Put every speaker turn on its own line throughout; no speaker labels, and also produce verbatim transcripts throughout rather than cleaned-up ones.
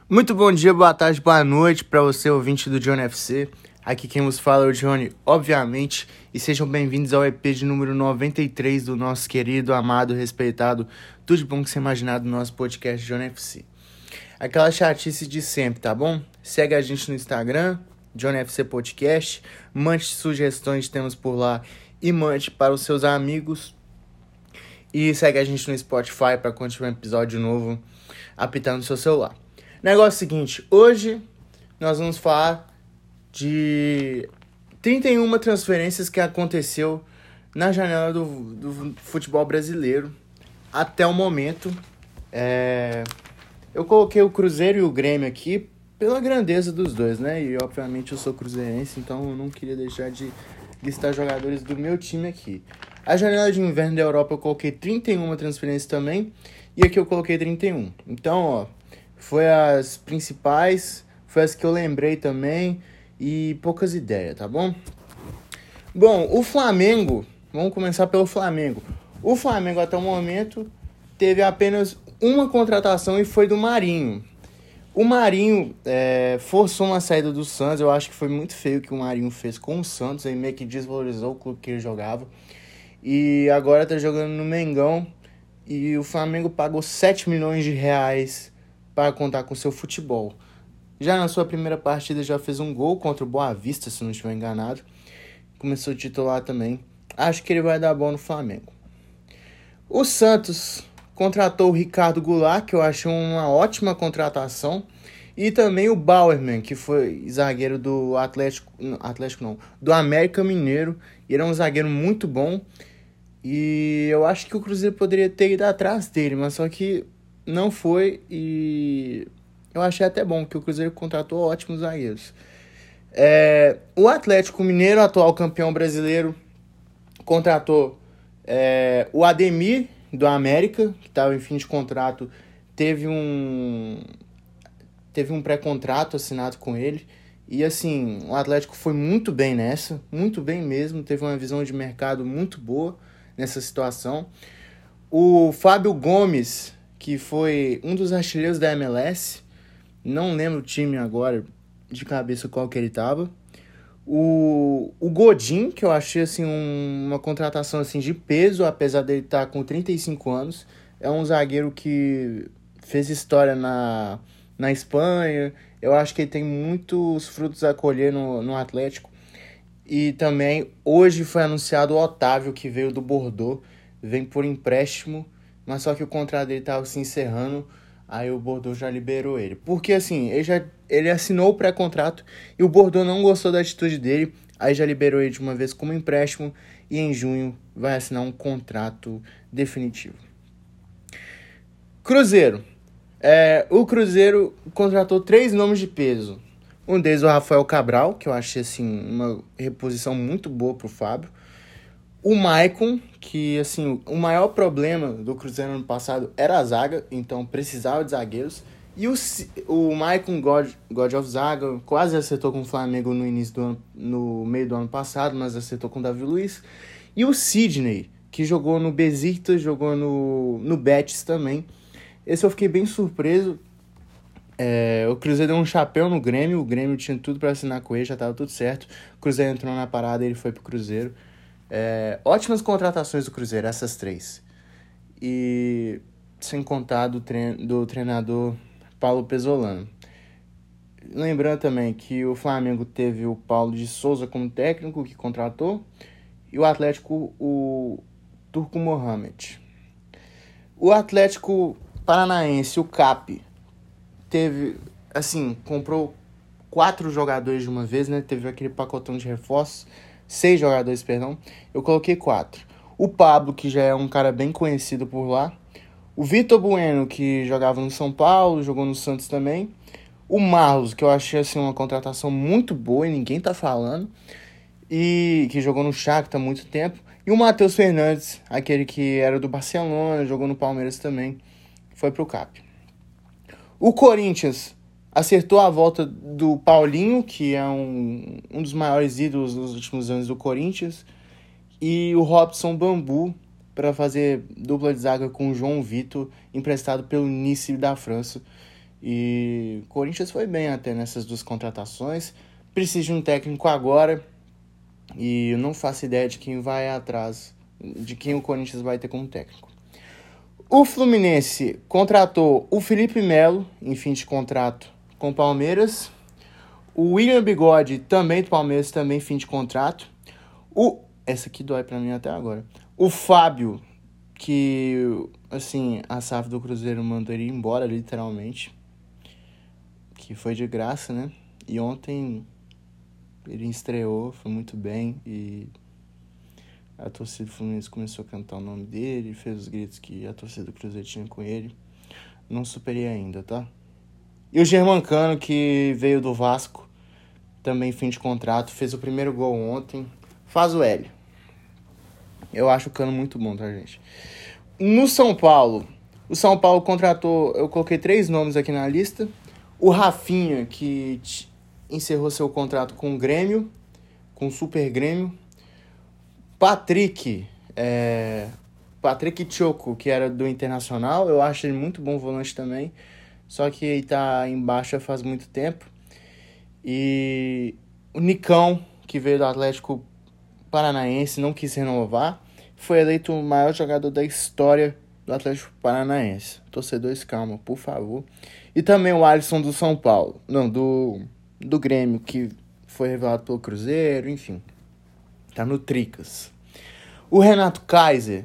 Muito bom dia, boa tarde, boa noite para você, ouvinte do Johnny F C. Aqui quem nos fala é o Johnny, obviamente, e sejam bem-vindos ao E P de número noventa e três do nosso querido, amado, respeitado, tudo de bom que você imaginar do nosso podcast Johnny F C. Aquela chatice de sempre, tá bom? Segue a gente no Instagram, Johnny F C Podcast, mande sugestões de temas por lá e mande para os seus amigos. E segue a gente no Spotify para quando tiver um episódio novo apitar no seu celular. Negócio é o seguinte, hoje nós vamos falar de trinta e uma transferências que aconteceu na janela do, do futebol brasileiro até o momento. É, eu coloquei o Cruzeiro e o Grêmio aqui pela grandeza dos dois, né? E obviamente eu sou cruzeirense, então eu não queria deixar de listar jogadores do meu time aqui. A janela de inverno da Europa eu coloquei trinta e uma transferências também, e aqui eu coloquei trinta e um. Então, ó, foi as principais, foi as que eu lembrei também, e poucas ideias, tá bom? Bom, o Flamengo, vamos começar pelo Flamengo. O Flamengo até o momento teve apenas uma contratação e foi do Marinho. O Marinho é, forçou uma saída do Santos, eu acho que foi muito feio o que o Marinho fez com o Santos, aí meio que desvalorizou o clube que ele jogava. E agora tá jogando no Mengão, e o Flamengo pagou sete milhões de reais para contar com seu futebol. Já na sua primeira partida já fez um gol contra o Boa Vista, se não estiver enganado. Começou a titular também. Acho que ele vai dar bom no Flamengo. O Santos contratou o Ricardo Goulart, que eu achei uma ótima contratação. E também o Bauerman, que foi zagueiro do Atlético... Atlético não, do América Mineiro. Ele é um zagueiro muito bom. E eu acho que o Cruzeiro poderia ter ido atrás dele, mas só que não foi, e eu achei até bom que o Cruzeiro contratou ótimos zagueiros. É, o Atlético Mineiro, atual campeão brasileiro, contratou é, o Ademir, do América, que estava em fim de contrato, teve um, teve um pré-contrato assinado com ele. E assim, o Atlético foi muito bem nessa, muito bem mesmo, teve uma visão de mercado muito boa nessa situação. O Fábio Gomes, que foi um dos artilheiros da M L S, não lembro o time agora de cabeça qual que ele estava. O, o Godin, que eu achei assim, um, uma contratação assim, de peso, apesar dele estar com trinta e cinco anos. É um zagueiro que fez história na, na Espanha. Eu acho que ele tem muitos frutos a colher no, no Atlético. E também hoje foi anunciado o Otávio, que veio do Bordeaux, vem por empréstimo. Mas só que o contrato dele estava se encerrando, aí o Bordeaux já liberou ele. Porque assim, ele, já, ele assinou o pré-contrato e o Bordeaux não gostou da atitude dele, aí já liberou ele de uma vez como empréstimo e em junho vai assinar um contrato definitivo. Cruzeiro. É, o Cruzeiro contratou três nomes de peso. Um deles o Rafael Cabral, que eu achei assim, uma reposição muito boa pro Fábio. O Maicon, que assim, o maior problema do Cruzeiro ano passado era a zaga, então precisava de zagueiros. E o, o Maicon, God, God of Zaga, quase acertou com o Flamengo no início do ano, no meio do ano passado, mas acertou com o Davi Luiz. E o Sidney, que jogou no Besiktas, jogou no, no Betis também. Esse eu fiquei bem surpreso. É, o Cruzeiro deu um chapéu no Grêmio, o Grêmio tinha tudo para assinar com ele, já estava tudo certo. O Cruzeiro entrou na parada e ele foi pro Cruzeiro. É, ótimas contratações do Cruzeiro, essas três. E sem contar do, trein, do treinador Paulo Pesolano. Lembrando também que o Flamengo teve o Paulo de Souza como técnico, que contratou, e o Atlético, o Turco Mohamed. O Atlético Paranaense, o Cap, teve, assim, comprou quatro jogadores de uma vez, né? Teve aquele pacotão de reforços. Seis jogadores, perdão. Eu coloquei quatro. O Pablo, que já é um cara bem conhecido por lá. O Vitor Bueno, que jogava no São Paulo, jogou no Santos também. O Marlos, que eu achei assim, uma contratação muito boa e ninguém tá falando. E que jogou no Shakhtar há muito tempo. E o Matheus Fernandes, aquele que era do Barcelona, jogou no Palmeiras também. Foi pro Cap. O Corinthians acertou a volta do Paulinho, que é um, um dos maiores ídolos dos últimos anos do Corinthians, e o Robson Bambu, para fazer dupla de zaga com o João Vitor, emprestado pelo Nice da França. E o Corinthians foi bem até nessas duas contratações. Precisa de um técnico agora e eu não faço ideia de quem vai atrás, de quem o Corinthians vai ter como técnico. O Fluminense contratou o Felipe Melo em fim de contrato com o Palmeiras. O William Bigode, também do Palmeiras, também fim de contrato. O... Essa aqui dói pra mim até agora. O Fábio, que, assim, a S A F do Cruzeiro mandou ele embora, literalmente. Que foi de graça, né? E ontem ele estreou, foi muito bem. E a torcida do Fluminense começou a cantar o nome dele, fez os gritos que a torcida do Cruzeiro tinha com ele. Não superei ainda, tá? E o Germancano, que veio do Vasco, também fim de contrato, fez o primeiro gol ontem. Faz o L. Eu acho o Cano muito bom, tá, gente? No São Paulo, o São Paulo contratou, eu coloquei três nomes aqui na lista. O Rafinha, que t- encerrou seu contrato com o Grêmio, com o Super Grêmio. Patrick, é... Patrick Choco, que era do Internacional, eu acho ele muito bom volante também, só que ele tá em baixa faz muito tempo. E o Nicão, que veio do Atlético Paranaense, não quis renovar, foi eleito o maior jogador da história do Atlético Paranaense. Torcedores, calma, por favor. E também o Alisson do São Paulo, não, do, do Grêmio, que foi revelado pelo Cruzeiro, enfim, tá no Tricas. O Renato Kaiser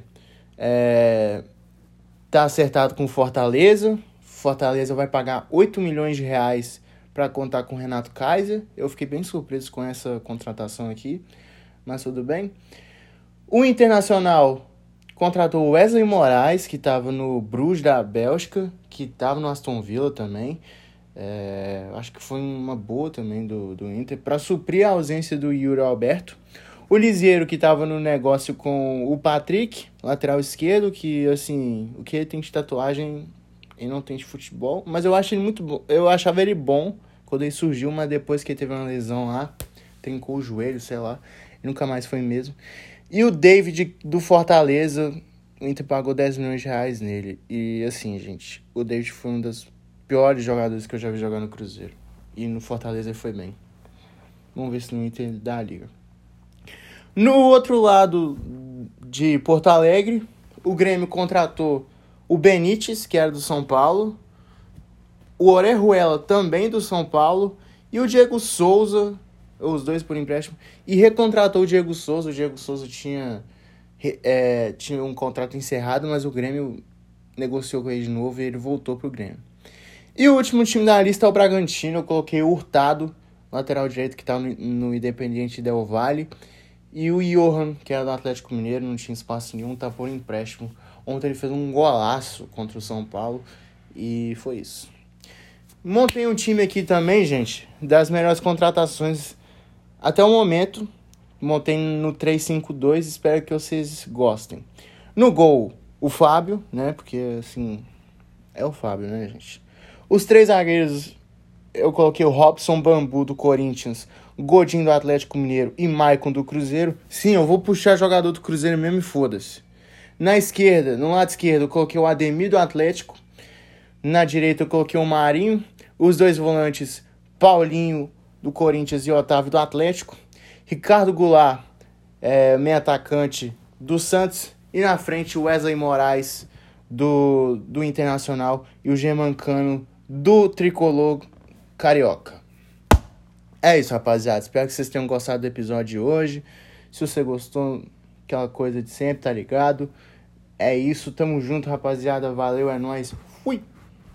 é, tá acertado com o Fortaleza. Fortaleza vai pagar oito milhões de reais para contar com o Renato Kaiser. Eu fiquei bem surpreso com essa contratação aqui, mas tudo bem. O Internacional contratou o Wesley Moraes, que estava no Bruges da Bélgica, que estava no Aston Villa também. É, acho que foi uma boa também do, do Inter, para suprir a ausência do Yuri Alberto. O Lisieiro, que estava no negócio com o Patrick, lateral esquerdo, que, assim, o que ele tem de tatuagem, ele não tem de futebol, mas eu acho ele muito bom. Eu achava ele bom quando ele surgiu, mas depois que ele teve uma lesão lá, trincou o joelho, sei lá, nunca mais foi mesmo. E o David do Fortaleza, o Inter pagou dez milhões de reais nele. E assim, gente, o David foi um dos piores jogadores que eu já vi jogar no Cruzeiro. E no Fortaleza ele foi bem. Vamos ver se no Inter dá a liga. No outro lado de Porto Alegre, o Grêmio contratou o Benítez, que era do São Paulo, o Orejuela, também do São Paulo, e o Diego Souza, os dois por empréstimo, e recontratou o Diego Souza. O Diego Souza tinha, é, tinha um contrato encerrado, mas o Grêmio negociou com ele de novo e ele voltou pro Grêmio. E o último time da lista é o Bragantino. Eu coloquei o Hurtado, lateral direito, que estava no, no Independiente Del Valle, e o Johan, que era do Atlético Mineiro, não tinha espaço nenhum, tá por empréstimo. Ontem ele fez um golaço contra o São Paulo e foi isso. Montei um time aqui também, gente, das melhores contratações até o momento. Montei no três cinco dois, espero que vocês gostem. No gol, o Fábio, né, porque assim, é o Fábio, né, gente. Os três zagueiros, eu coloquei o Robson Bambu do Corinthians, Godinho do Atlético Mineiro e Maicon do Cruzeiro. Sim, eu vou puxar jogador do Cruzeiro mesmo e foda-se. Na esquerda, no lado esquerdo, eu coloquei o Ademir do Atlético. Na direita, eu coloquei o Marinho. Os dois volantes, Paulinho do Corinthians e Otávio do Atlético. Ricardo Goulart, é, meio atacante do Santos. E na frente, o Wesley Moraes do, do Internacional e o Germancano do Tricolor Carioca. É isso, rapaziada. Espero que vocês tenham gostado do episódio de hoje. Se você gostou, aquela coisa de sempre, tá ligado? É isso, tamo junto, rapaziada. Valeu, é nóis. Fui!